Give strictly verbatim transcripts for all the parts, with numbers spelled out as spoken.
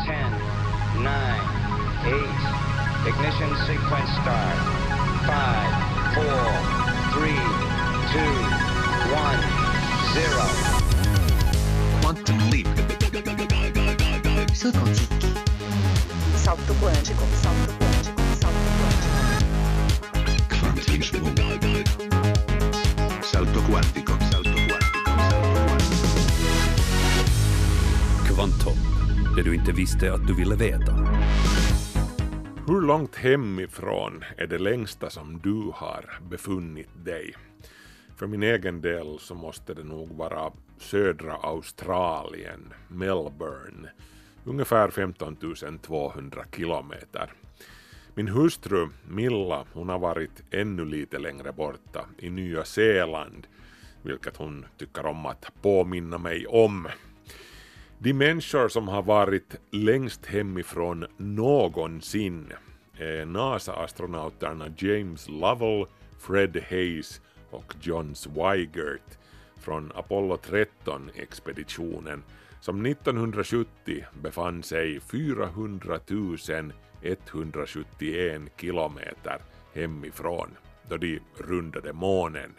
ten, nine, eight, ignition sequence start, five, four, three, two, one, zero. Quantum leap. Salto quântico. Salto quântico. Salto quântico. Salto quântico. Quantum leap. Salto quantico. Salto quantico. Salto quantico. Kvantum. Det du inte visste att du ville veta. Hur långt hemifrån är det längsta som du har befunnit dig? För min egen del så måste det nog vara södra Australien, Melbourne. Ungefär femton tusen tvåhundra kilometer. Min hustru Milla, hon har varit ännu lite längre borta i Nya Zeeland, vilket hon tycker om att påminna mig om. De människor som har varit längst hemifrån någonsin är NASA-astronauterna James Lovell, Fred Hayes och John Swigert från Apollo tretton-expeditionen som nittonhundrasjuttio befann sig fyrahundratusen etthundrasjuttioen kilometer hemifrån då de rundade månen.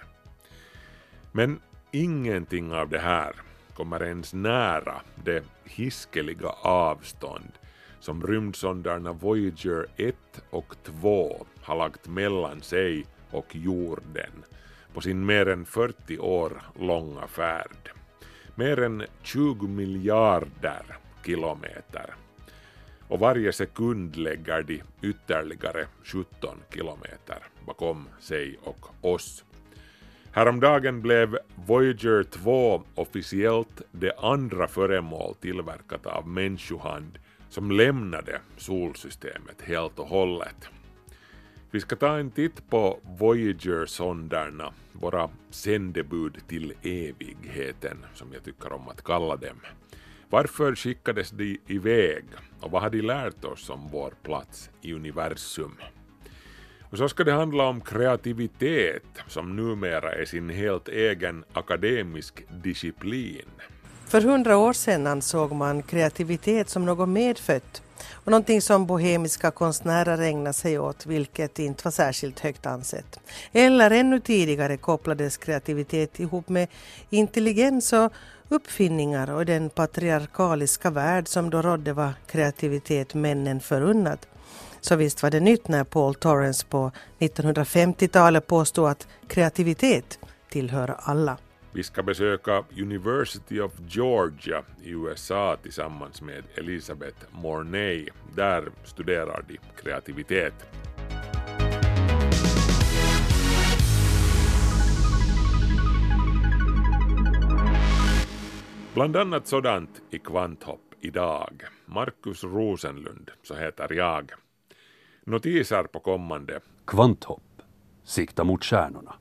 Men ingenting av det här kommer ens nära det hiskeliga avstånd som rymdsondarna Voyager ett och två har lagt mellan sig och jorden på sin mer än fyrtio år långa färd. Mer än tjugo miljarder kilometer. Och varje sekund lägger de ytterligare sjutton kilometer bakom sig och oss. Häromdagen blev Voyager två officiellt det andra föremål tillverkat av människohand som lämnade solsystemet helt och hållet. Vi ska ta en titt på Voyager-sondarna, våra sändebud till evigheten som jag tycker om att kalla dem. Varför skickades de iväg och vad har de lärt oss om vår plats i universum? Och så ska det handla om kreativitet som numera är sin helt egen akademisk disciplin. För hundra år sedan ansåg man kreativitet som något medfött och någonting som bohemiska konstnärer ägnade sig åt, vilket inte var särskilt högt ansett. Eller ännu tidigare kopplades kreativitet ihop med intelligens och uppfinningar, och den patriarkaliska värld som då rådde var kreativitet männen förunnat. Så visst var det nytt när Paul Torrance på nittonhundrafemtiotalet påstod att kreativitet tillhör alla. Vi ska besöka University of Georgia i U S A tillsammans med Elizabeth Mornay. Där studerar de kreativitet. Bland annat sådant i Kvanthopp idag. Markus Rosenlund, så heter jag. Notiser på kommande. Kvanthopp. Sikta mot stjärnorna.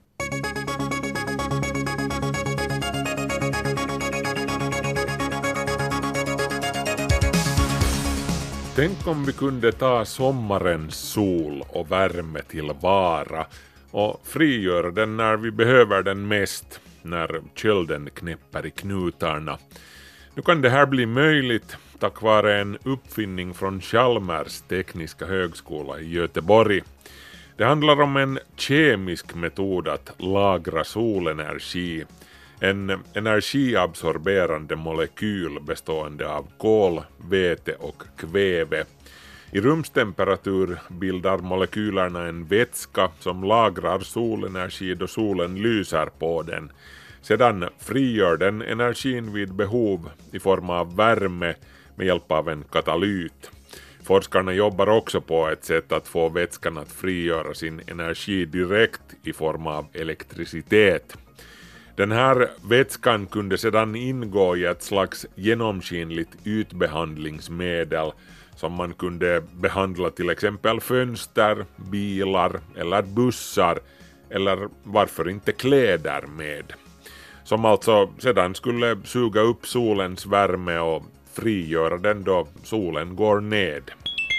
Tänk om vi kunde ta sommarens sol och värme till vara och frigöra den när vi behöver den mest, när kölden knäpper i knutarna. Nu kan det här bli möjligt tack vare en uppfinning från Chalmers tekniska högskola i Göteborg. Det handlar om en kemisk metod att lagra solenergi. En energiabsorberande molekyl bestående av kol, väte och kväve. I rumstemperatur bildar molekylerna en vätska som lagrar solenergi då solen lyser på den. Sedan frigör den energin vid behov i form av värme med hjälp av en katalyt. Forskarna jobbar också på ett sätt att få vätskan att frigöra sin energi direkt i form av elektricitet. Den här vätskan kunde sedan ingå i ett slags genomskinligt ytbehandlingsmedel som man kunde behandla till exempel fönster, bilar eller bussar eller varför inte kläder med. Som alltså sedan skulle suga upp solens värme och frigöra den då solen går ned.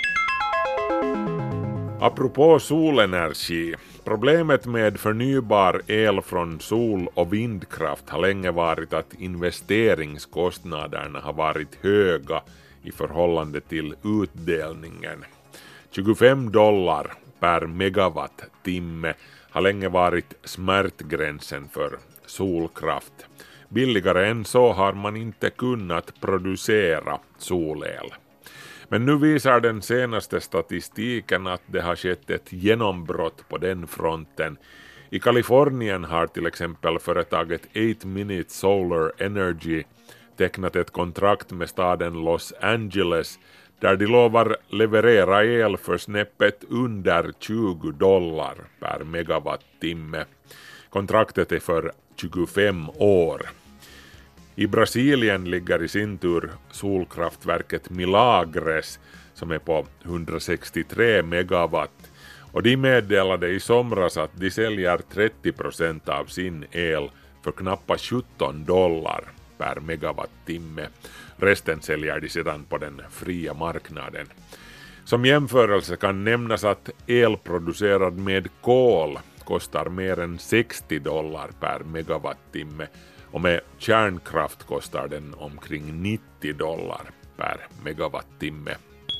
Apropå solenergi. Problemet med förnybar el från sol- och vindkraft har länge varit att investeringskostnaderna har varit höga i förhållande till utdelningen. tjugofem dollar per megawattimme har länge varit smärtgränsen för solkraft. Billigare än så har man inte kunnat producera solel. Men nu visar den senaste statistiken att det har skett ett genombrott på den fronten. I Kalifornien har till exempel företaget eight minute Solar Energy tecknat ett kontrakt med staden Los Angeles där de lovar leverera el för snäppet under tjugo dollar per megawattimme. Kontraktet är för tjugofem år. I Brasilien ligger i sin tur solkraftverket Milagres som är på hundrasextiotre megawatt och de meddelade i somras att de säljer trettio procent av sin el för knappa sjutton dollar per megawattimme. Resten säljer de sedan på den fria marknaden. Som jämförelse kan nämnas att el producerad med kol kostar mer än sextio dollar per megawattimme och med kärnkraft kostar den omkring nittio dollar per megawattimme.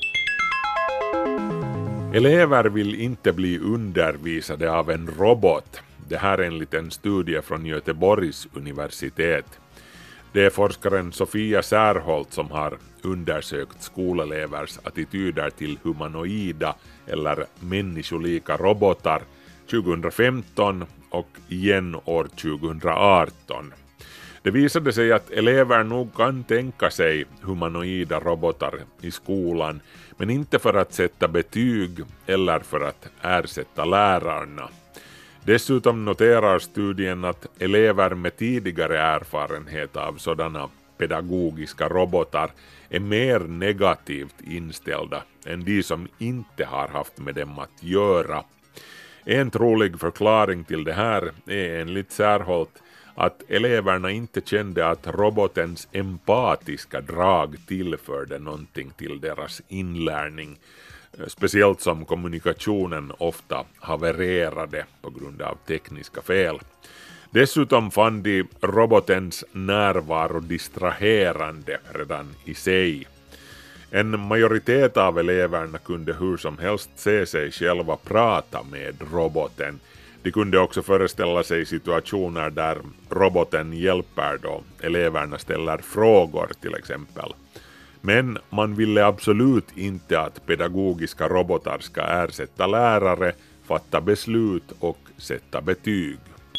Elever vill inte bli undervisade av en robot. Det här är enligt en studie från Göteborgs universitet. Det är forskaren Sofia Särholt som har undersökt skolelevers attityder till humanoida eller människolika robotar tjugohundrafemton och igen år tjugohundraarton. Det visade sig att elever nog kan tänka sig humanoida robotar i skolan, men inte för att sätta betyg eller för att ersätta lärarna. Dessutom noterar studien att elever med tidigare erfarenhet av sådana pedagogiska robotar är mer negativt inställda än de som inte har haft med dem att göra. En trolig förklaring till det här är enligt Särholt att eleverna inte kände att robotens empatiska drag tillförde någonting till deras inlärning, speciellt som kommunikationen ofta havererade på grund av tekniska fel. Dessutom fann de robotens närvaro distraherande redan i sig. En majoritet av eleverna kunde hur som helst se sig själva prata med roboten. De kunde också föreställa sig situationer där roboten hjälper då eleverna ställer frågor till exempel. Men man ville absolut inte att pedagogiska robotar ska ersätta lärare, fatta beslut och sätta betyg.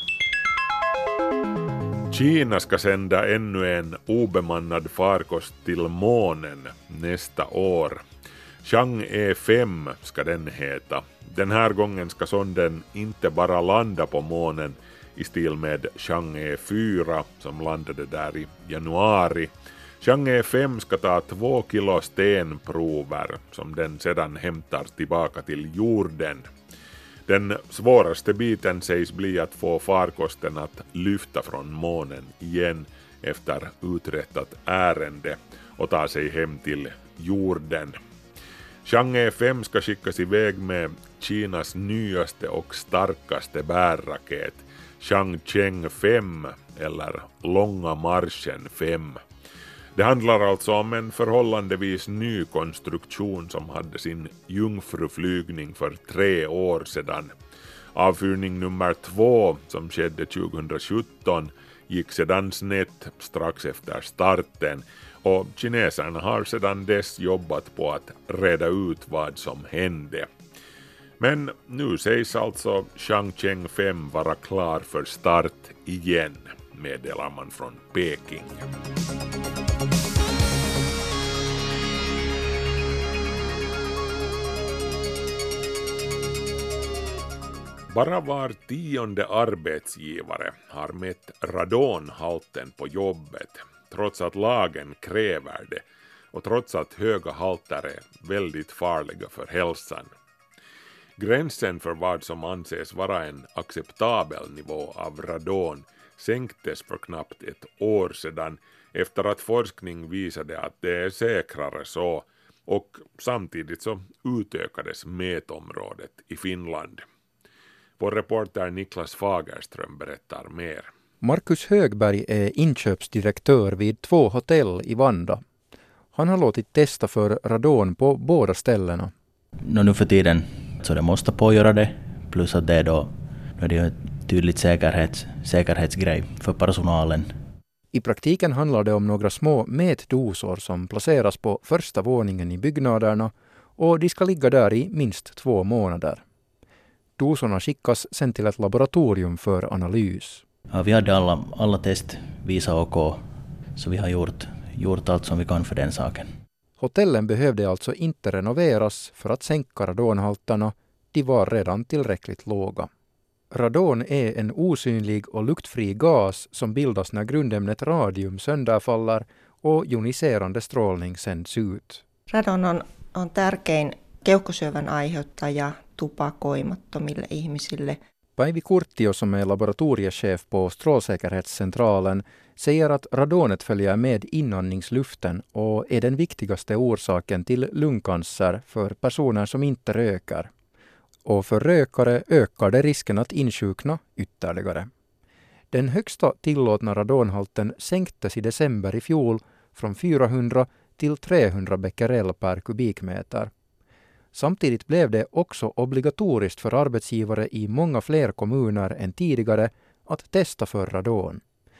Kina ska sända ännu en obemannad farkost till månen nästa år. Chang'e fem ska den heta. Den här gången ska sonden inte bara landa på månen i stil med Chang'e fyra som landade där i januari. Chang'e fem ska ta två kilo stenprover som den sedan hämtar tillbaka till jorden. Den svåraste biten sägs bli att få farkosten att lyfta från månen igen efter uträttat ärende och ta sig hem till jorden. Chang'e fem ska skickas iväg med Kinas nyaste och starkaste bärraket, Changcheng fem eller Långa marschen fem. Det handlar alltså om en förhållandevis ny konstruktion som hade sin jungfruflygning för tre år sedan. Avfyrning nummer två som skedde tjugosjutton gick sedan snett strax efter starten och kineserna har sedan dess jobbat på att reda ut vad som hände. Men nu sägs alltså Changcheng fem vara klar för start igen, meddelar man från Peking. Bara var tionde arbetsgivare har mätt radonhalten på jobbet, trots att lagen kräver det och trots att höga halter är väldigt farliga för hälsan. Gränsen för vad som anses vara en acceptabel nivå av radon sänktes för knappt ett år sedan efter att forskning visade att det är säkrare så, och samtidigt så utökades mätområdet i Finland. Vår reporter Niklas Fagerström berättar mer. Markus Högberg är inköpsdirektör vid två hotell i Vanda. Han har låtit testa för radon på båda ställena. No, nu för tiden så det måste pågöra det, plus att det är då, då är det ju ett tydligt säkerhets, säkerhetsgrej för personalen. I praktiken handlar det om några små mätdosor som placeras på första våningen i byggnaderna och de ska ligga där i minst två månader. Dosorna skickas sen till ett laboratorium för analys. Ja, vi hade alla, alla test visa OK, så vi har gjort, gjort allt som vi kan för den saken. Hotellen behövde alltså inte renoveras för att sänka radonhalterna, de var redan tillräckligt låga. Radon är en osynlig och luktfri gas som bildas när grundämnet radium sönderfaller och joniserande strålning sänds ut. Radon on, on tärkein keuhkosyövän aiheuttaja tupakoimattomille ihmisille. Päivi Kurttio, som är laboratoriechef på Strålsäkerhetscentralen, säger att radonet följer med inandningsluften och är den viktigaste orsaken till lungcancer för personer som inte röker. Och för rökare ökar det risken att insjukna ytterligare. Den högsta tillåtna radonhalten sänktes i december i fjol från fyrahundra till trehundra becquerel per kubikmeter. Samtidigt blev det också obligatoriskt för arbetsgivare i många fler kommuner än tidigare att testa för radon.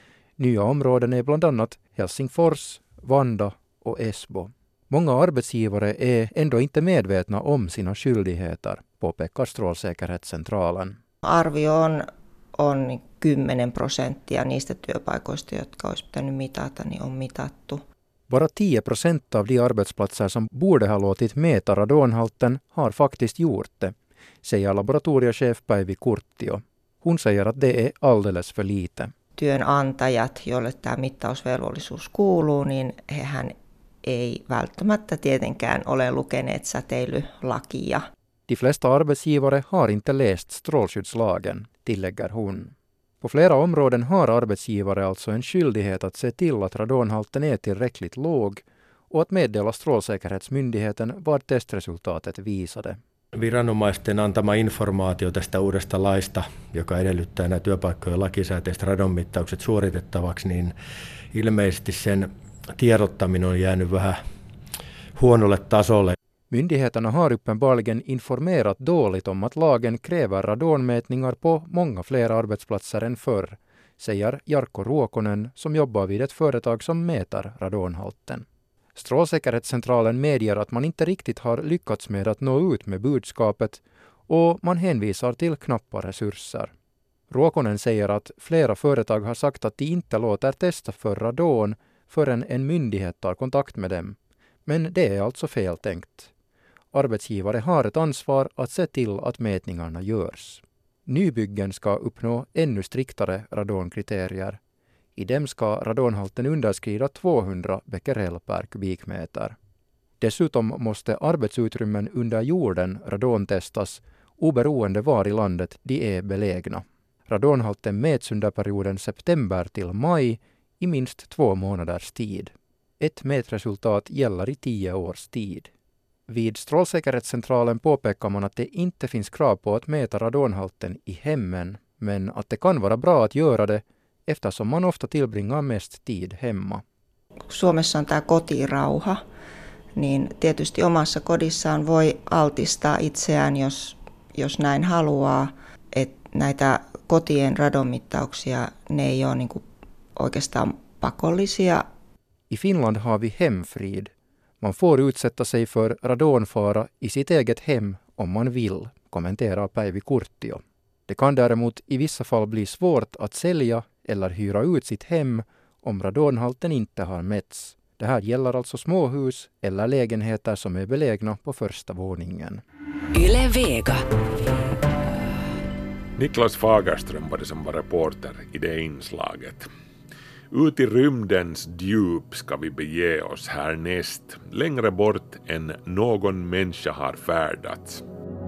Nya områden är bland annat Helsingfors, Vanda och Esbo. Många arbetsgivare är ändå inte medvetna om sina skyldigheter, påpekar Strålsäkerhetscentralen. Arvio on, on kymmenen prosenttia niistä työpaikoista, jotka olisi pitänyt mitata, niin on mitattu. Bara tio procent av de arbetsplatser som borde ha låtit mäta radonhalten har faktiskt gjort det, säger laboratoriechef Päivi Kurttio. Hon säger att det är alldeles för lite. Työnantajat, joille tämä mittausvelvollisuus kuuluu, niin hehän ei välttämättä tietenkään ole lukeneet säteilylakia. De flesta arbetsgivare har inte läst strålskyddslagen, tillägger hon. På flera områden har arbetsgivare alltså en skyldighet att se till att radonhalten är tillräckligt låg och att meddela Strålsäkerhetsmyndigheten vad testresultatet visade. Viranomaisten antama informaatio tästä uudesta laista, joka edellyttää nämä työpaikkojen lakisääteiset radonmittaukset suoritettavaksi, niin ilmeisesti sen tiedottaminen on jäänyt vähän huonolle tasolle. Myndigheterna har uppenbarligen informerat dåligt om att lagen kräver radonmätningar på många fler arbetsplatser än förr, säger Jarkko Ruokonen som jobbar vid ett företag som mäter radonhalten. Strålsäkerhetscentralen medger att man inte riktigt har lyckats med att nå ut med budskapet och man hänvisar till knappa resurser. Ruokonen säger att flera företag har sagt att de inte låter testa för radon förrän en myndighet tar kontakt med dem. Men det är alltså fel tänkt. Arbetsgivare har ett ansvar att se till att mätningarna görs. Nybyggen ska uppnå ännu striktare radonkriterier. I dem ska radonhalten underskrida tvåhundra becquerel per kubikmeter. Dessutom måste arbetsutrymmen under jorden radontestas oberoende var i landet de är belägna. Radonhalten mäts under perioden september till maj i minst två månaders tid. Ett mätresultat gäller i tio års tid. Vid Strålsäkerhetscentralen påpekar man att det inte finns krav på att mäta radonhalten i hemmen, men att det kan vara bra att göra det eftersom man ofta tillbringar mest tid hemma. Suomessa on tämä kotirauha, niin tietysti omassa kodissaan voi altistaa itseään, jos, jos näin haluaa. Että näitä kotien radonmittauksia, ne ei ole niin kuin oikeastaan pakollisia. I Finland har vi hemfrid. Man får utsätta sig för radonfara i sitt eget hem om man vill, kommenterar Päivi Kurttio. Det kan däremot i vissa fall bli svårt att sälja eller hyra ut sitt hem om radonhalten inte har mätts. Det här gäller alltså småhus eller lägenheter som är belägna på första våningen. Yle Vega. Niklas Fagerström var det som var reporter i det inslaget. Ut i rymdens djup ska vi bege oss härnäst, längre bort än någon människa har färdats.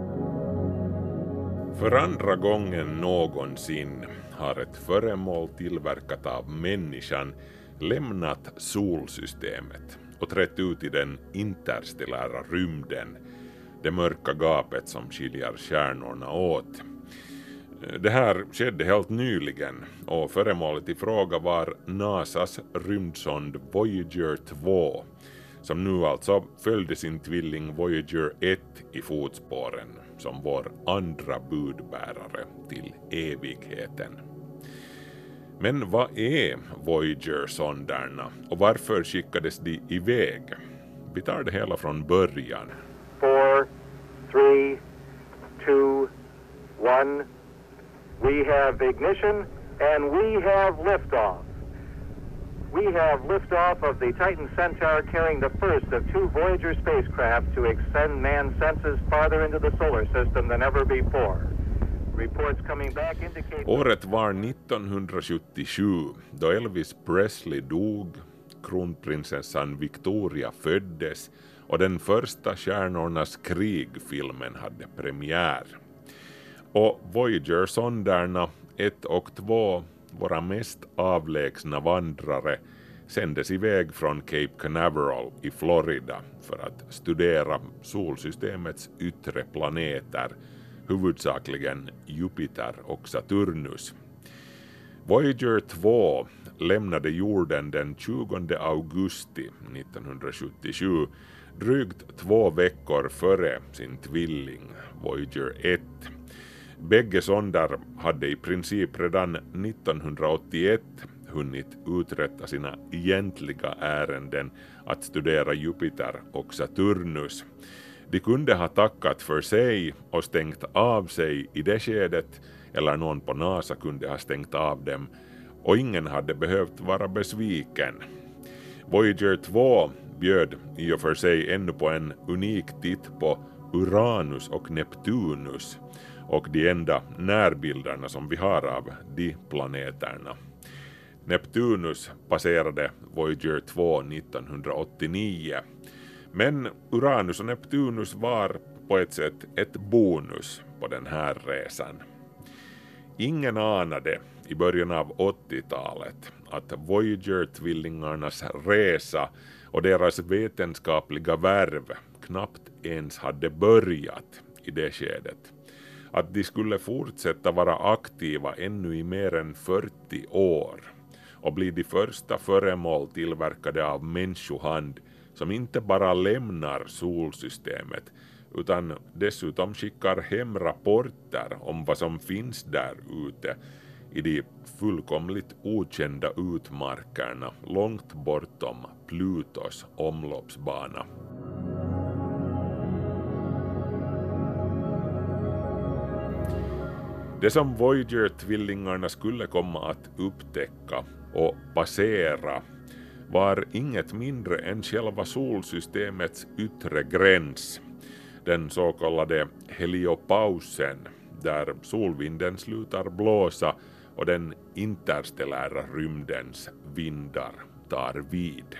För andra gången någonsin har ett föremål tillverkat av människan lämnat solsystemet och trätt ut i den interstellära rymden, det mörka gapet som skiljer stjärnorna åt. Det här skedde helt nyligen och föremålet i fråga var NASAs rymdsond Voyager två som nu alltså följde sin tvilling Voyager ett i fotspåren som vår andra budbärare till evigheten. Men vad är Voyager-sonderna och varför skickades de iväg? Vi tar det hela från början. Four, three, two, one. We have ignition and we have liftoff. We have liftoff of the Titan Centaur carrying the first of two Voyager spacecraft to extend man's senses farther into the solar system than ever before. Reports coming back indicate... Året var nittonhundrasjuttiosju då Elvis Presley dog, kronprinsessan Victoria föddes och den första Stjärnornas krig-filmen hade premiär. Och Voyager-sonderna ett och två, våra mest avlägsna vandrare, sändes iväg från Cape Canaveral i Florida för att studera solsystemets yttre planeter, huvudsakligen Jupiter och Saturnus. Voyager två lämnade jorden den tjugonde augusti nittonhundrasjuttiosju, drygt två veckor före sin tvilling Voyager ett. Bägge sonder hade i princip redan nittonhundraåttioett hunnit uträtta sina egentliga ärenden att studera Jupiter och Saturnus. De kunde ha tackat för sig och stängt av sig i det skedet, eller någon på NASA kunde ha stängt av dem, och ingen hade behövt vara besviken. Voyager två bjöd i och för sig ännu på en unik titt på Uranus och Neptunus, och de enda närbilderna som vi har av de planeterna. Neptunus passerade Voyager två nittonhundraåttionio, men Uranus och Neptunus var på ett sätt ett bonus på den här resan. Ingen anade i början av åttiotalet att Voyager-tvillingarnas resa och deras vetenskapliga värv knappt ens hade börjat i det skedet. Att de skulle fortsätta vara aktiva ännu i mer än fyrtio år och bli de första föremål tillverkade av människohand som inte bara lämnar solsystemet utan dessutom skickar hem rapporter om vad som finns där ute i de fullkomligt okända utmarkerna långt bortom Plutos omloppsbana. Det som Voyager-tvillingarna skulle komma att upptäcka och passera var inget mindre än själva solsystemets yttre gräns, den så kallade heliopausen, där solvinden slutar blåsa och den interstellära rymdens vindar tar vid.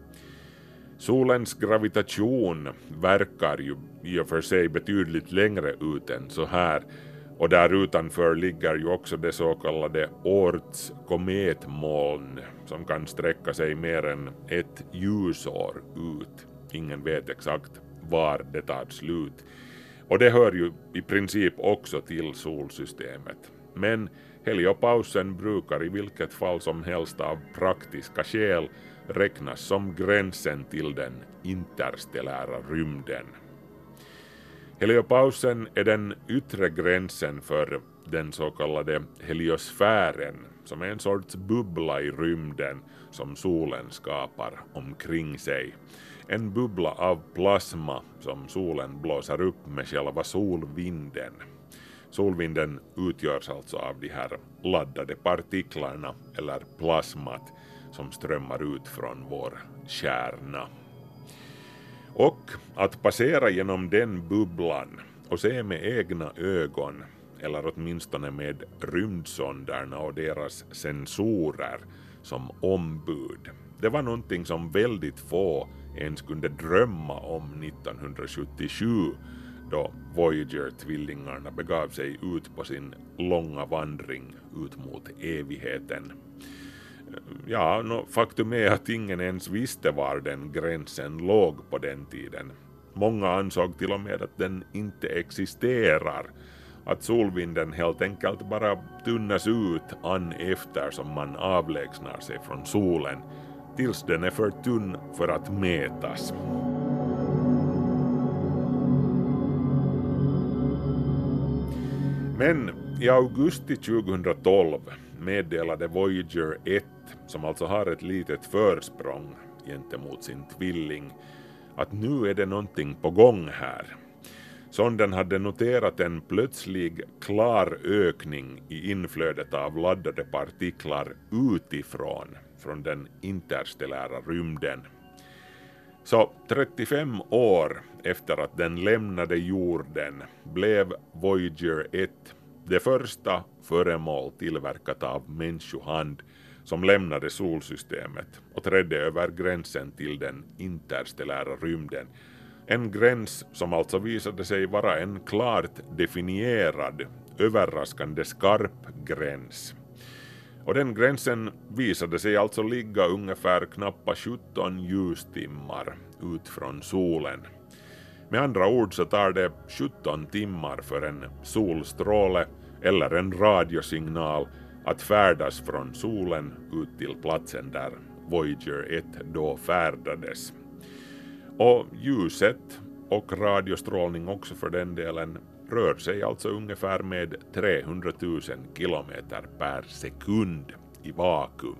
Solens gravitation verkar ju i och för sig betydligt längre ut än så här, och där utanför ligger ju också det så kallade Oorts kometmoln som kan sträcka sig mer än ett ljusår ut. Ingen vet exakt var det tar slut. Och det hör ju i princip också till solsystemet. Men heliopausen brukar i vilket fall som helst av praktiska skäl räknas som gränsen till den interstellära rymden. Heliopausen är den yttre gränsen för den så kallade heliosfären, som är en sorts bubbla i rymden som solen skapar omkring sig. En bubbla av plasma som solen blåser upp med själva solvinden. Solvinden utgörs alltså av de här laddade partiklarna eller plasmat som strömmar ut från vår kärna. Och att passera genom den bubblan och se med egna ögon, eller åtminstone med rymdsonderna och deras sensorer som ombud, det var någonting som väldigt få ens kunde drömma om nittonhundrasjuttiosju, då Voyager-tvillingarna begav sig ut på sin långa vandring ut mot evigheten. Ja, no, faktum är att ingen ens visste var den gränsen låg på den tiden. Många ansåg till och med att den inte existerar, att solvinden helt enkelt bara tunnas ut an efter som man avlägsnar sig från solen, tills den är för tunn för att mätas. Men i augusti tjugohundratolv meddelade Voyager ett, som alltså har ett litet försprång gentemot sin tvilling, att nu är det någonting på gång här. Sonden hade noterat en plötslig klar ökning i inflödet av laddade partiklar utifrån, från den interstellära rymden. Så trettiofem år efter att den lämnade jorden blev Voyager ett det första föremål tillverkat av människohand som lämnade solsystemet och trädde över gränsen till den interstellära rymden. En gräns som alltså visade sig vara en klart definierad, överraskande skarp gräns. Och den gränsen visade sig alltså ligga ungefär knappt sjutton ljustimmar ut från solen. Med andra ord så tar det sjutton timmar för en solstråle eller en radiosignal att färdas från solen ut till platsen där Voyager ett då färdades. Och ljuset och radiostrålning också för den delen rör sig alltså ungefär med trehundratusen kilometer per sekund i vakuum.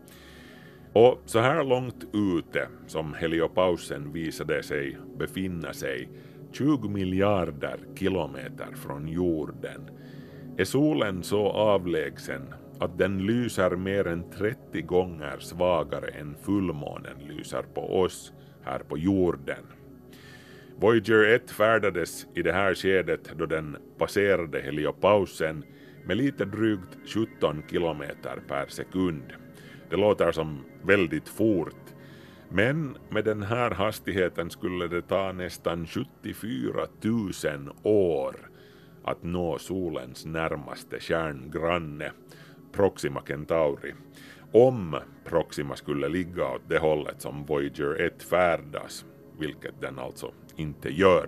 Och så här långt ute som heliopausen visade sig befinna sig, tjugo miljarder kilometer från jorden, är solen så avlägsen att den lyser mer än trettio gånger svagare än fullmånen lyser på oss här på jorden. Voyager ett färdades i det här skedet då den passerade heliopausen med lite drygt sjutton kilometer per sekund. Det låter som väldigt fort, men med den här hastigheten skulle det ta nästan sjuttiofyra tusen år att nå solens närmaste stjärngranne, Proxima Centauri, om Proxima skulle ligga åt det hållet som Voyager ett färdas, vilket den alltså inte gör.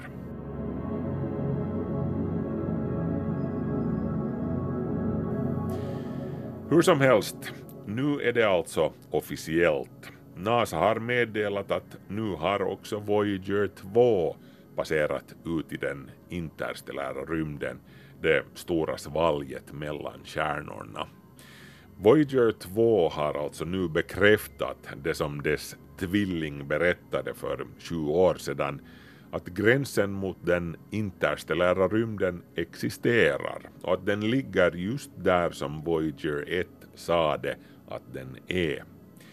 Hur som helst, nu är det alltså officiellt. NASA har meddelat att nu har också Voyager två passerat ut i den interstellära rymden, det stora svalget mellan stjärnorna. Voyager två har alltså nu bekräftat det som dess tvilling berättade för sju år sedan, att gränsen mot den interstellära rymden existerar och att den ligger just där som Voyager ett sade att den är.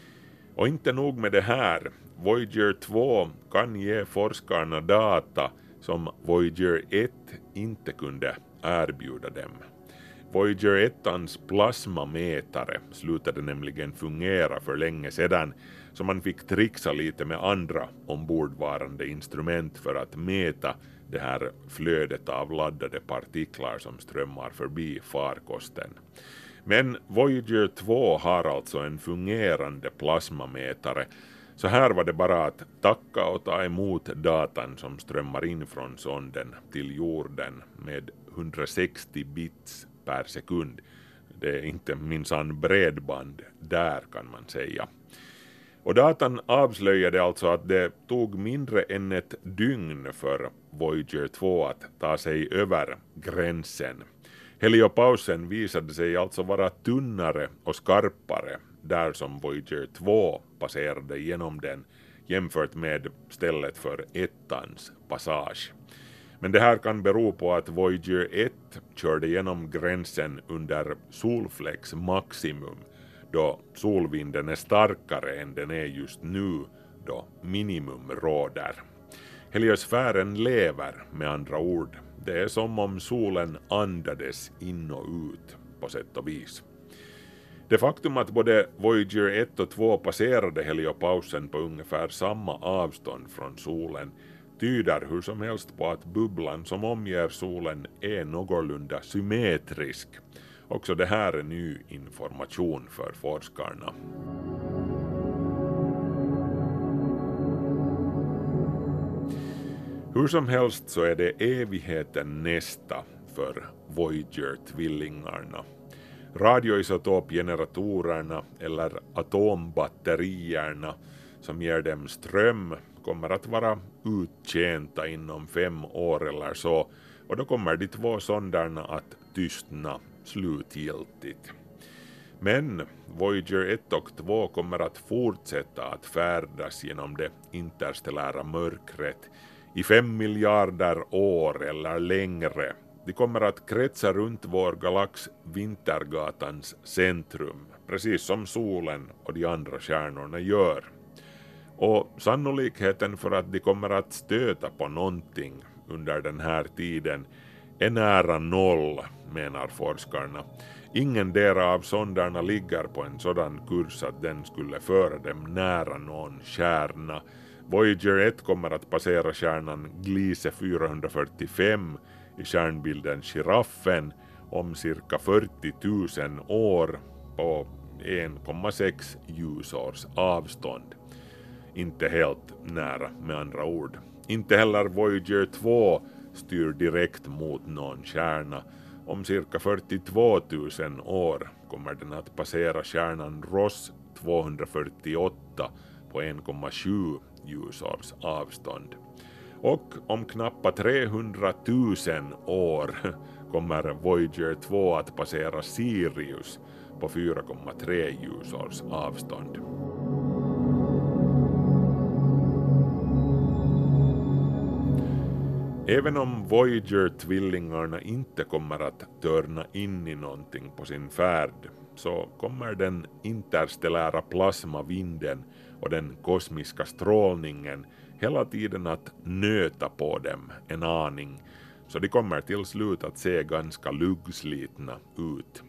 Och inte nog med det här, Voyager två kan ge forskarna data som Voyager ett inte kunde erbjuda dem. Voyager ettans plasmamätare slutade nämligen fungera för länge sedan, så man fick trixa lite med andra ombordvarande instrument för att mäta det här flödet av laddade partiklar som strömmar förbi farkosten. Men Voyager två har alltså en fungerande plasmamätare, så här var det bara att tacka och ta emot datan som strömmar in från sonden till jorden med hundrasextio bits per sekund. Det är inte minsann bredband där, kan man säga. Och datan avslöjade alltså att det tog mindre än ett dygn för Voyager två att ta sig över gränsen. Heliopausen visade sig alltså vara tunnare och skarpare där som Voyager två passerade genom den jämfört med stället för ettans passage. Men det här kan bero på att Voyager ett körde genom gränsen under solflex maximum, då solvinden är starkare än den är just nu, då minimum råder. Heliosfären lever med andra ord. Det är som om solen andades in och ut på sätt och vis. Det faktum att både Voyager ett och två passerade heliopausen på ungefär samma avstånd från solen tyder hur som helst på att bubblan som omger solen är någorlunda symmetrisk. Också det här är ny information för forskarna. Hur som helst så är det evigheten nästa för Voyager-tvillingarna. Radioisotopgeneratorerna eller atombatterierna som ger dem ström kommer att vara uttjänta inom fem år eller så, och då kommer de två sonderna att tystna slutgiltigt. Men Voyager ett och två kommer att fortsätta att färdas genom det interstellära mörkret i fem miljarder år eller längre. De kommer att kretsa runt vår galax Vintergatans centrum, precis som solen och de andra stjärnorna gör. Och sannolikheten för att de kommer att stöta på någonting under den här tiden är nära noll, menar forskarna. Ingen del av sonderna ligger på en sådan kurs att den skulle föra dem nära någon stjärna. Voyager ett kommer att passera stjärnan Gliese fyrahundrafyrtiofem i stjärnbilden Giraffen om cirka fyrtio tusen år på en komma sex ljusårs avstånd. Inte helt nära med andra ord. Inte heller Voyager två styr direkt mot någon stjärna. Om cirka fyrtiotvå tusen år kommer den att passera stjärnan Ross tvåhundrafyrtioåtta på en komma sju ljusårs avstånd. Och om knappt trehundratusen år kommer Voyager två att passera Sirius på fyra komma tre ljusårs avstånd. Även om Voyager-tvillingarna inte kommer att törna in i någonting på sin färd, så kommer den interstellära plasmavinden och den kosmiska strålningen hela tiden att nöta på dem en aning, så de kommer till slut att se ganska luggslitna ut.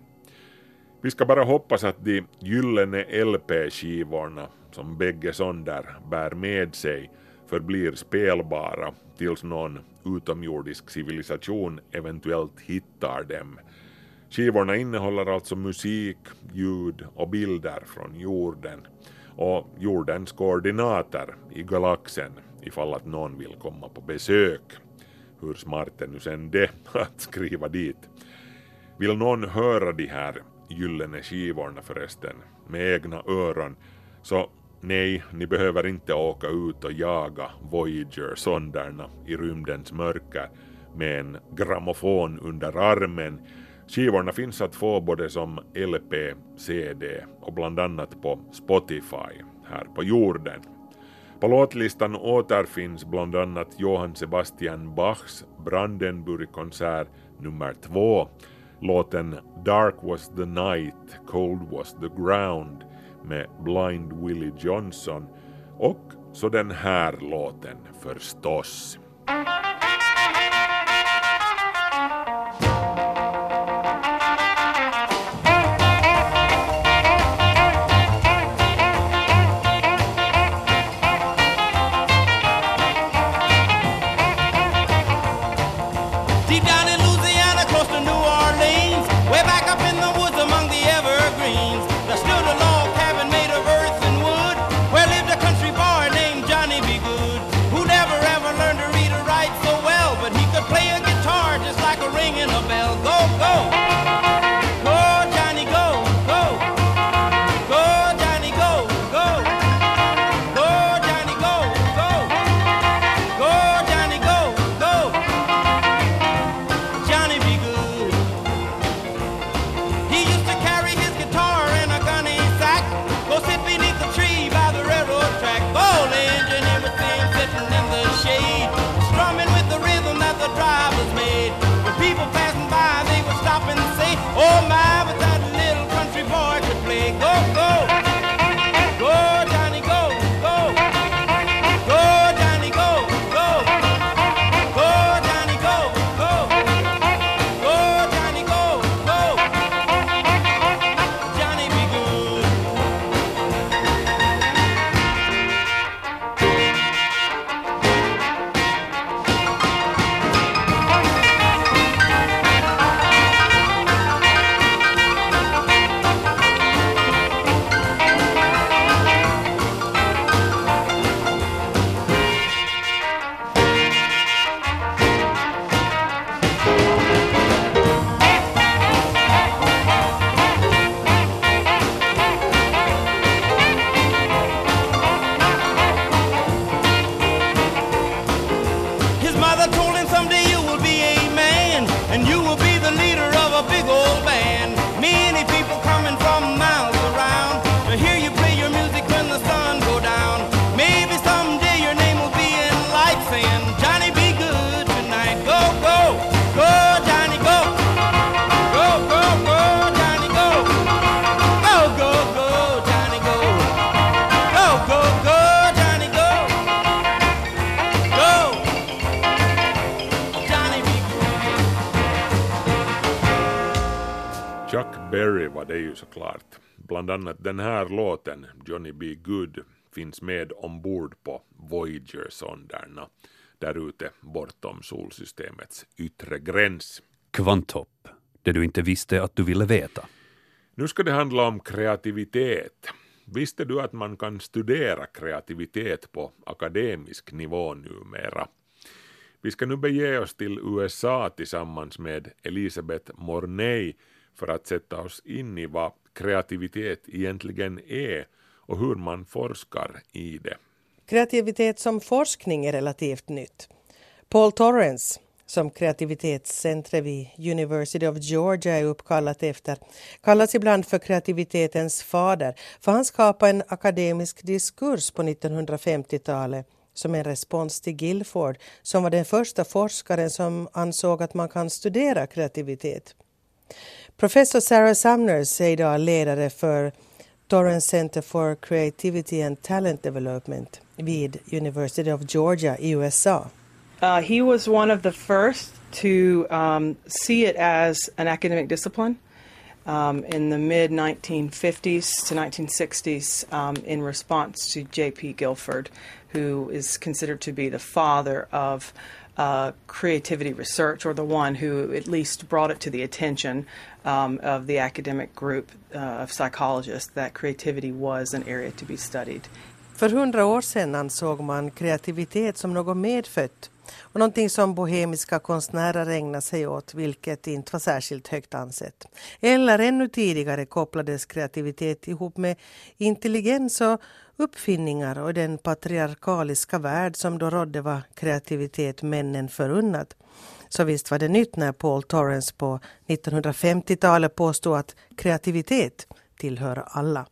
Vi ska bara hoppas att de gyllene L P-skivorna som bägge sonder bär med sig förblir spelbara tills någon utomjordisk civilisation eventuellt hittar dem. Skivorna innehåller alltså musik, ljud och bilder från jorden och jordens koordinater i galaxen ifall att någon vill komma på besök. Hur smart är nu sen det att skriva dit? Vill någon höra de här gyllene skivorna förresten med egna öron, så nej, ni behöver inte åka ut och jaga Voyager-sonderna i rymdens mörker med en grammofon under armen. Skivorna finns att få både som L P, C D och bland annat på Spotify här på jorden. På låtlistan återfinns bland annat Johann Sebastian Bachs Brandenburg-konsert nummer två, låten Dark was the night, cold was the ground med Blind Willie Johnson och så den här låten förstås. Where lived a country boy named Johnny B. Good, who never ever learned to read or write. Perry var det ju såklart. Bland annat den här låten, Johnny B. Good, finns med ombord på Voyager-sonderna där ute bortom solsystemets yttre gräns. Kvanthopp, det du inte visste att du ville veta. Nu ska det handla om kreativitet. Visste du att man kan studera kreativitet på akademisk nivå numera? Vi ska nu bege oss till U S A tillsammans med Elisabeth Mornay för att sätta oss in i vad kreativitet egentligen är och hur man forskar i det. Kreativitet som forskning är relativt nytt. Paul Torrance, som kreativitetscentret vid University of Georgia är uppkallat efter, kallas ibland för kreativitetens fader, för han skapade en akademisk diskurs på nittonhundrafemtiotalet som en respons till Guilford, som var den första forskaren som ansåg att man kan studera kreativitet. Professor Sarah Sumners är idag ledare för Torrance Center for Creativity and Talent Development vid University of Georgia i U S A. Uh, he was one of the first to um, see it as an academic discipline um, in the mid nineteen fifties to nineteen sixties um, in response to J P Guilford, who is considered to be the father of uh, creativity research, or the one who at least brought it to the attention um, of the academic group uh, of psychologists that creativity was an area to be studied. För hundra år sedan ansåg man kreativitet som något medfött och någonting som bohemiska konstnärer ägnar sig åt, vilket inte var särskilt högt ansett. Eller ännu tidigare kopplades kreativitet ihop med intelligens och uppfinningar, och den patriarkaliska värld som då rådde var kreativitet männen förunnat. Så visst var det nytt när Paul Torrance på nittonhundrafemtiotalet påstod att kreativitet tillhör alla.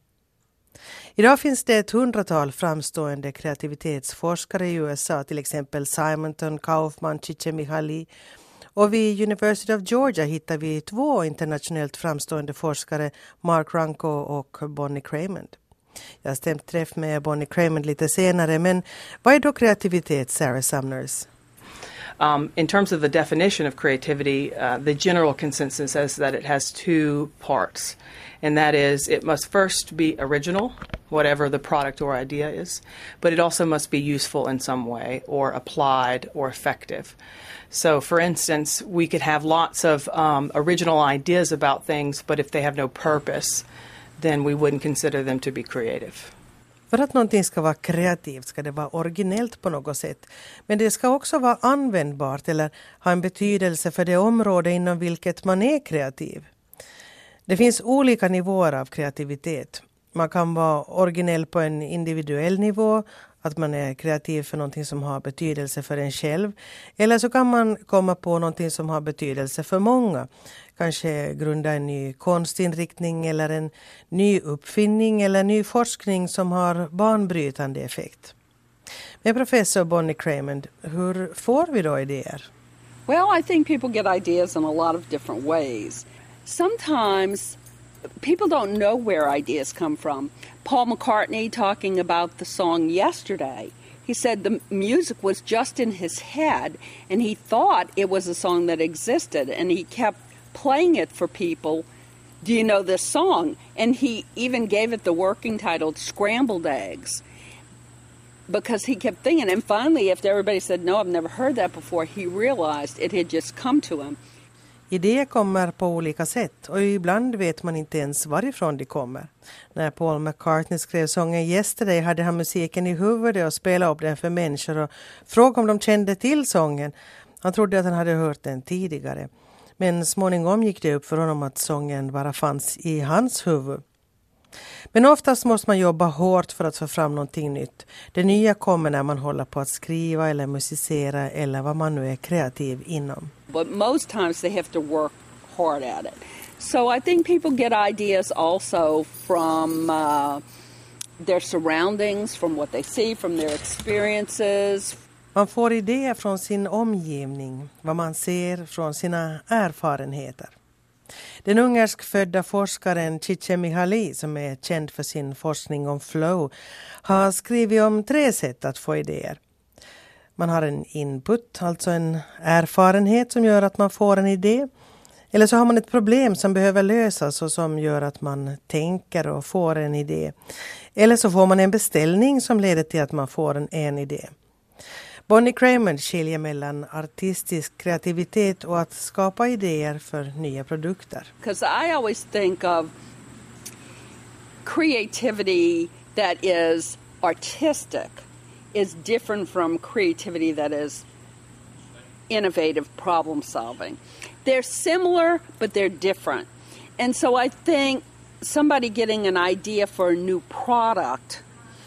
Idag finns det ett hundratal framstående kreativitetsforskare i U S A, till exempel Simonton, Kaufman, Csikszentmihalyi. Och vid University of Georgia hittar vi två internationellt framstående forskare, Mark Runco och Bonnie Cramond. Jag har stämt träff med Bonnie Cramond lite senare, men vad är då kreativitet, Sarah Sumners? Um, in terms of the definition of creativity, uh, the general consensus says that it has two parts, and that is it must first be original, whatever the product or idea is, but it also must be useful in some way or applied or effective. So, for instance, we could have lots of um, original ideas about things, but if they have no purpose, then we wouldn't consider them to be creative. För att någonting ska vara kreativt ska det vara originellt på något sätt. Men det ska också vara användbart eller ha en betydelse för det område inom vilket man är kreativ. Det finns olika nivåer av kreativitet. Man kan vara originell på en individuell nivå, att man är kreativ för någonting som har betydelse för en själv. Eller så kan man komma på någonting som har betydelse för många. Kanske grunda en ny konstinriktning eller en ny uppfinning eller ny forskning som har banbrytande effekt. Med professor Bonnie Cramond, hur får vi då idéer? Well, I think people get ideas in a lot of different ways. Sometimes people don't know where ideas come from. Paul McCartney, talking about the song Yesterday, he said the music was just in his head and he thought it was a song that existed, and he kept playing it for people. Do you know this song? And he even gave it the working title Scrambled Eggs, because he kept thinking, and finally after everybody said no, I've never heard that before, he realized it had just come to him. Idéer kommer på olika sätt och ibland vet man inte ens varifrån de kommer. När Paul McCartney skrev sången Yesterday hade han musiken i huvudet och spelade upp den för människor och frågade om de kände till sången. Han trodde att han hade hört den tidigare. Men småningom gick det upp för honom att sången bara fanns i hans huvud. Men oftast måste man jobba hårt för att få fram någonting nytt. Det nya kommer när man håller på att skriva eller musicera eller vad man nu är kreativ inom. But most times they have to work hard at it. So I think people get ideas also from uh, their surroundings, from what they see, from their experiences. Man får idéer från sin omgivning, vad man ser från sina erfarenheter. Den ungerskfödda forskaren Csikszentmihalyi, som är känd för sin forskning om flow, har skrivit om tre sätt att få idéer. Man har en input, alltså en erfarenhet som gör att man får en idé. Eller så har man ett problem som behöver lösas och som gör att man tänker och får en idé. Eller så får man en beställning som leder till att man får en, en idé. Bonnie Cramond skiljer mellan artistisk kreativitet och att skapa idéer för nya produkter. Because I always think of creativity that is artistic is different from creativity that is innovative problem solving. They're similar, but they're different. And so I think somebody getting an idea for a new product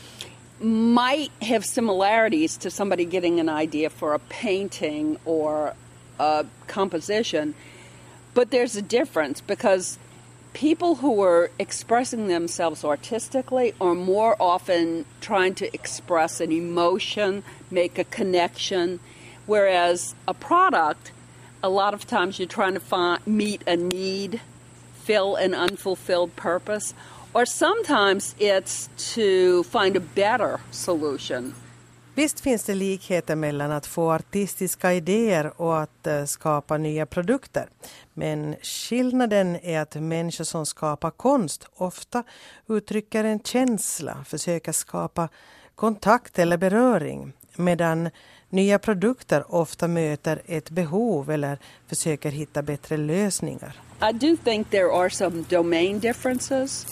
might have similarities to somebody getting an idea for a painting or a composition, but there's a difference because people who are expressing themselves artistically are more often trying to express an emotion, make a connection, whereas a product, a lot of times you're trying to find, meet a need, fill an unfulfilled purpose, or sometimes it's to find a better solution. Visst finns det likheter mellan att få artistiska idéer och att uh, skapa nya produkter. Men skillnaden är att människor som skapar konst ofta uttrycker en känsla, försöker skapa kontakt eller beröring, medan nya produkter ofta möter ett behov eller försöker hitta bättre lösningar. I do think there are some domain differences,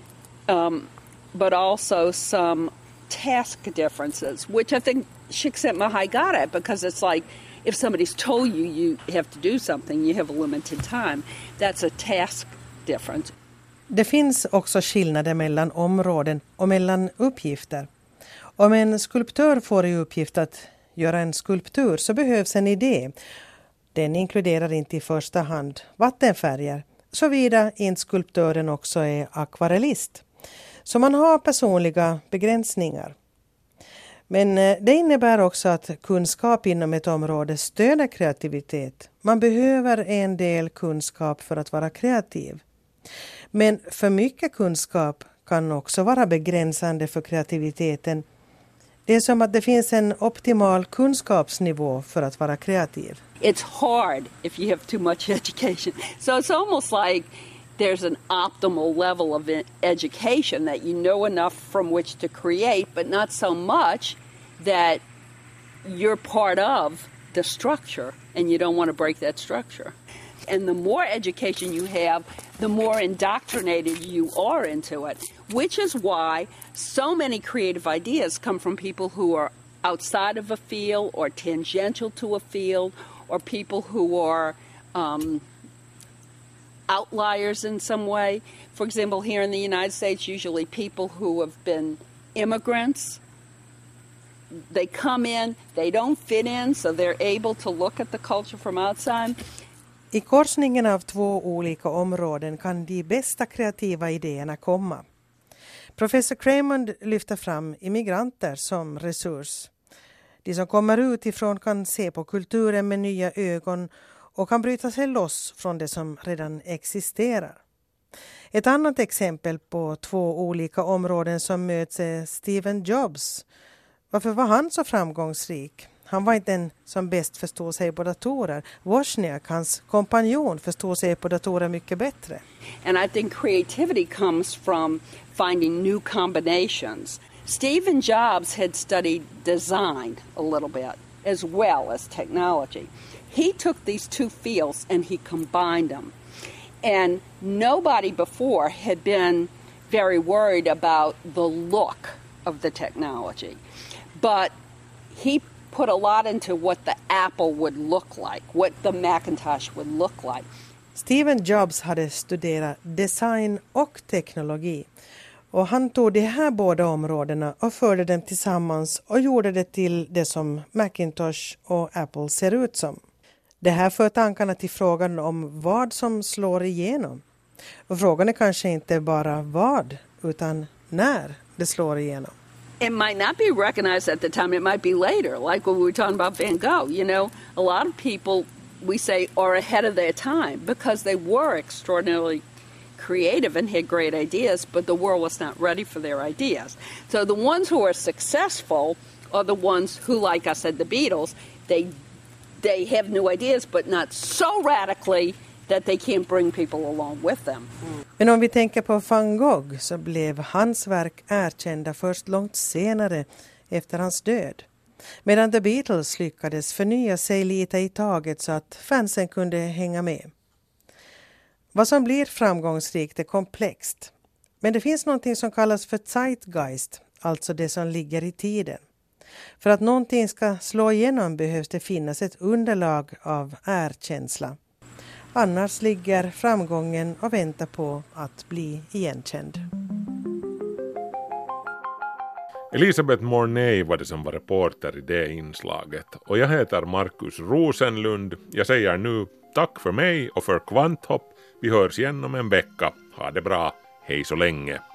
um, but also some task differences, which I think Csikszentmihalyi got at, because it's like if somebody's told you you have to do something, you have a limited time. That's a task difference. Det finns också skillnader mellan områden och mellan uppgifter. Om en skulptör får i uppgift att göra en skulptur så behövs en idé. Den inkluderar inte i första hand vattenfärger, såvida inte skulptören också är akvarellist. Så man har personliga begränsningar. Men det innebär också att kunskap inom ett område stöder kreativitet. Man behöver en del kunskap för att vara kreativ. Men för mycket kunskap kan också vara begränsande för kreativiteten. Det är som att det finns en optimal kunskapsnivå för att vara kreativ. It's hard if you have too much education. So it's almost like there's an optimal level of education that you know enough from which to create, but not so much that you're part of the structure and you don't want to break that structure. And the more education you have, the more indoctrinated you are into it, which is why so many creative ideas come from people who are outside of a field or tangential to a field, or people who are um, outliers in some way. For example, here in the United States, usually people who have been immigrants, they come in, they don't fit in, so they're able to look at the culture from outside. I korsningen av två olika områden kan de bästa kreativa idéerna komma. Professor Cramond lyfter fram immigranter som resurs. De som kommer utifrån kan se på kulturen med nya ögon och kan bryta sig loss från det som redan existerar. Ett annat exempel på två olika områden som möts är Steve Jobs. Varför var han så framgångsrik? Han var inte den som bäst förstod sig på datorer. Wozniak, hans kompanjon, förstod sig på datorer mycket bättre. And I think creativity comes from finding new combinations. Steve Jobs had studied design a little bit as well as technology. He took these two fields and he combined them. And nobody before had been very worried about the look of the technology. But he put a lot into what the Apple would look like, what the Macintosh would look like. Steve Jobs hade studerat design och teknologi. Och han tog de här båda områdena och förde dem tillsammans och gjorde det till det som Macintosh och Apple ser ut som. Det här för tankarna till frågan om vad som slår igenom. Och frågan är kanske inte bara vad, utan när det slår igenom. It might not be recognized at the time, it might be later, like when we were talking about Van Gogh. You know, a lot of people, we say, are ahead of their time because they were extraordinarily creative and had great ideas, but the world was not ready for their ideas. So the ones who are successful are the ones who, like I said, the Beatles, they they have new ideas, but not so radically that they can't bring people along with them. Men om vi tänker på van Gogh så blev hans verk erkända först långt senare efter hans död. Medan The Beatles lyckades förnya sig lite i taget så att fansen kunde hänga med. Vad som blir framgångsrikt är komplext. Men det finns någonting som kallas för zeitgeist, alltså det som ligger i tiden. För att någonting ska slå igenom behövs det finnas ett underlag av erkänsla. Annars ligger framgången och väntar på att bli igenkänd. Elisabeth Mornay var det som var reporter i det inslaget. Och jag heter Markus Rosenlund. Jag säger nu tack för mig och för Kvanthopp. Vi hörs igen om en vecka. Ha det bra. Hej så länge.